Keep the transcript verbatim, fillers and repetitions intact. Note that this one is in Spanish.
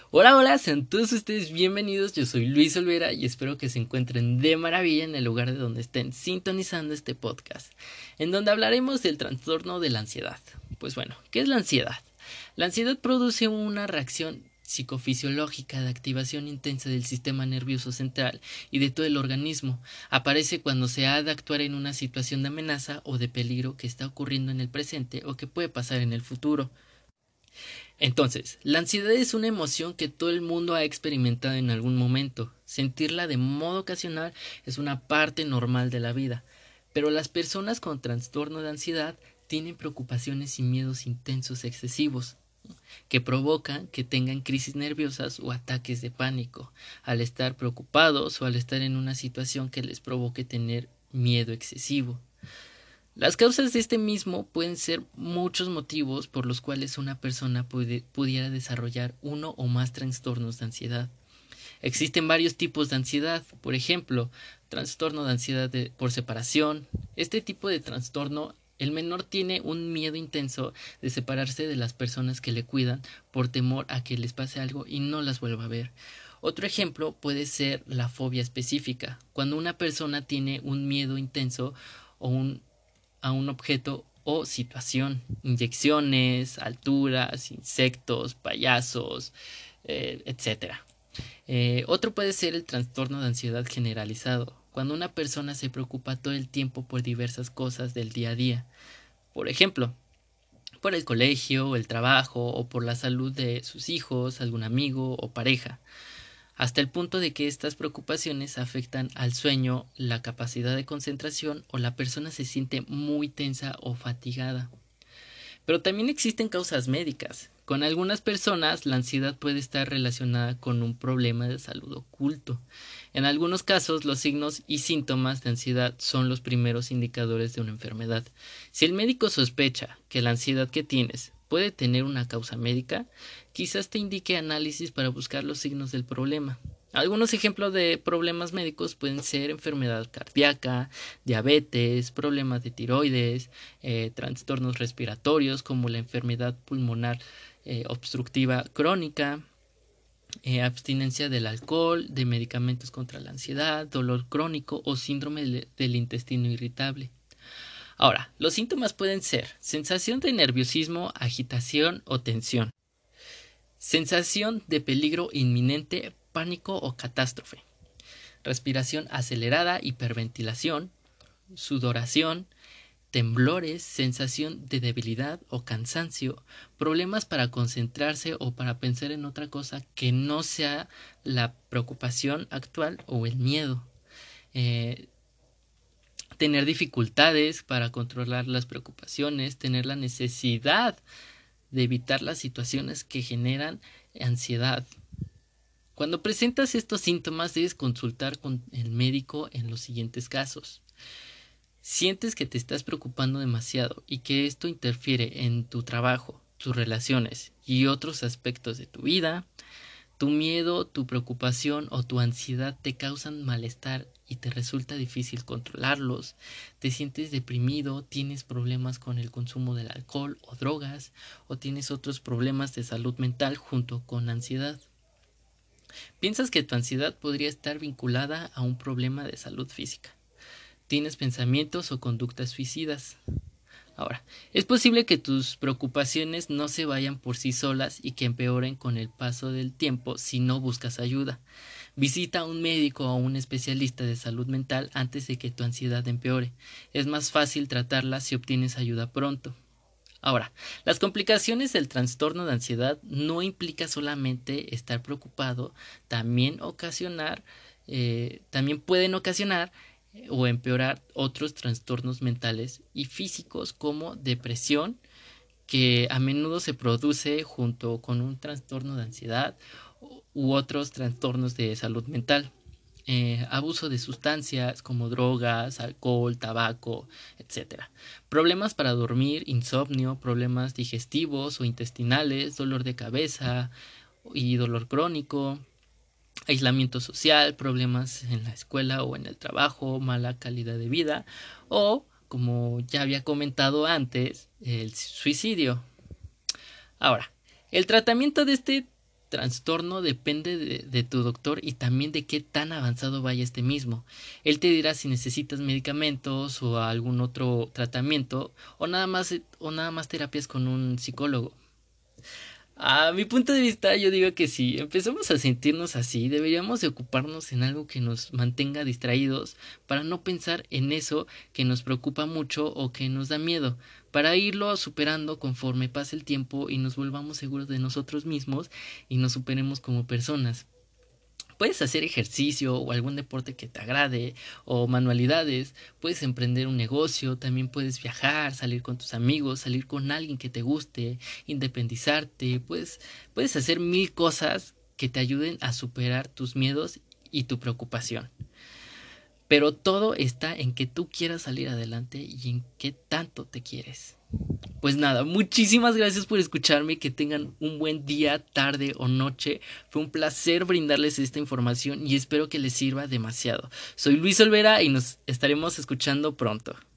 Hola, hola, sean todos ustedes bienvenidos. Yo soy Luis Olvera y espero que se encuentren de maravilla en el lugar de donde estén sintonizando este podcast, en donde hablaremos del trastorno de la ansiedad. Pues bueno, ¿qué es la ansiedad? La ansiedad produce una reacción psicofisiológica de activación intensa del sistema nervioso central y de todo el organismo. Aparece cuando se ha de actuar en una situación de amenaza o de peligro que está ocurriendo en el presente o que puede pasar en el futuro. Entonces, la ansiedad es una emoción que todo el mundo ha experimentado en algún momento. Sentirla de modo ocasional es una parte normal de la vida, pero las personas con trastorno de ansiedad tienen preocupaciones y miedos intensos excesivos, que provocan que tengan crisis nerviosas o ataques de pánico, al estar preocupados o al estar en una situación que les provoque tener miedo excesivo. Las causas de este mismo pueden ser muchos motivos por los cuales una persona puede, pudiera desarrollar uno o más trastornos de ansiedad. Existen varios tipos de ansiedad, por ejemplo, trastorno de ansiedad de, por separación. Este tipo de trastorno, el menor tiene un miedo intenso de separarse de las personas que le cuidan por temor a que les pase algo y no las vuelva a ver. Otro ejemplo puede ser la fobia específica, cuando una persona tiene un miedo intenso o un a un objeto o situación, inyecciones, alturas, insectos, payasos, eh, etcétera. Eh, otro puede ser el trastorno de ansiedad generalizado, cuando una persona se preocupa todo el tiempo por diversas cosas del día a día. Por ejemplo, por el colegio, el trabajo o por la salud de sus hijos, algún amigo o pareja, hasta el punto de que estas preocupaciones afectan al sueño, la capacidad de concentración o la persona se siente muy tensa o fatigada. Pero también existen causas médicas. Con algunas personas la ansiedad puede estar relacionada con un problema de salud oculto. En algunos casos los signos y síntomas de ansiedad son los primeros indicadores de una enfermedad. Si el médico sospecha que la ansiedad que tienes puede tener una causa médica, quizás te indique análisis para buscar los signos del problema. Algunos ejemplos de problemas médicos pueden ser enfermedad cardíaca, diabetes, problemas de tiroides, eh, trastornos respiratorios como la enfermedad pulmonar eh, obstructiva crónica, eh, abstinencia del alcohol, de medicamentos contra la ansiedad, dolor crónico o síndrome de, del intestino irritable. Ahora, los síntomas pueden ser sensación de nerviosismo, agitación o tensión, sensación de peligro inminente, pánico o catástrofe, respiración acelerada, hiperventilación, sudoración, temblores, sensación de debilidad o cansancio, problemas para concentrarse o para pensar en otra cosa que no sea la preocupación actual o el miedo. Eh, tener dificultades para controlar las preocupaciones, tener la necesidad de evitar las situaciones que generan ansiedad. Cuando presentas estos síntomas debes consultar con el médico en los siguientes casos. Sientes que te estás preocupando demasiado y que esto interfiere en tu trabajo, tus relaciones y otros aspectos de tu vida. Tu miedo, tu preocupación o tu ansiedad te causan malestar y te resulta difícil controlarlos. Te sientes deprimido, tienes problemas con el consumo del alcohol o drogas o tienes otros problemas de salud mental junto con ansiedad. Piensas que tu ansiedad podría estar vinculada a un problema de salud física. Tienes pensamientos o conductas suicidas. Ahora, es posible que tus preocupaciones no se vayan por sí solas y que empeoren con el paso del tiempo si no buscas ayuda. Visita a un médico o a un especialista de salud mental antes de que tu ansiedad empeore. Es más fácil tratarla si obtienes ayuda pronto. Ahora, las complicaciones del trastorno de ansiedad no implica solamente estar preocupado, también ocasionar, eh, también pueden ocasionar eh, o empeorar otros trastornos mentales y físicos como depresión, que a menudo se produce junto con un trastorno de ansiedad u otros trastornos de salud mental. Eh, abuso de sustancias como drogas, alcohol, tabaco, etcétera. Problemas para dormir, insomnio, problemas digestivos o intestinales, dolor de cabeza y dolor crónico, aislamiento social, problemas en la escuela o en el trabajo, mala calidad de vida o, como ya había comentado antes, el suicidio. Ahora, el tratamiento de este trastorno depende de, de tu doctor y también de qué tan avanzado vaya este mismo. Él te dirá si necesitas medicamentos o algún otro tratamiento o nada más o nada más terapias con un psicólogo. A mi punto de vista, yo digo que si empezamos a sentirnos así, deberíamos de ocuparnos en algo que nos mantenga distraídos para no pensar en eso que nos preocupa mucho o que nos da miedo, para irlo superando conforme pase el tiempo y nos volvamos seguros de nosotros mismos y nos superemos como personas. Puedes hacer ejercicio o algún deporte que te agrade o manualidades, puedes emprender un negocio, también puedes viajar, salir con tus amigos, salir con alguien que te guste, independizarte, puedes, puedes hacer mil cosas que te ayuden a superar tus miedos y tu preocupación. Pero todo está en que tú quieras salir adelante y en qué tanto te quieres. Pues nada, muchísimas gracias por escucharme, que tengan un buen día, tarde o noche. Fue un placer brindarles esta información y espero que les sirva demasiado. Soy Luis Olvera y nos estaremos escuchando pronto.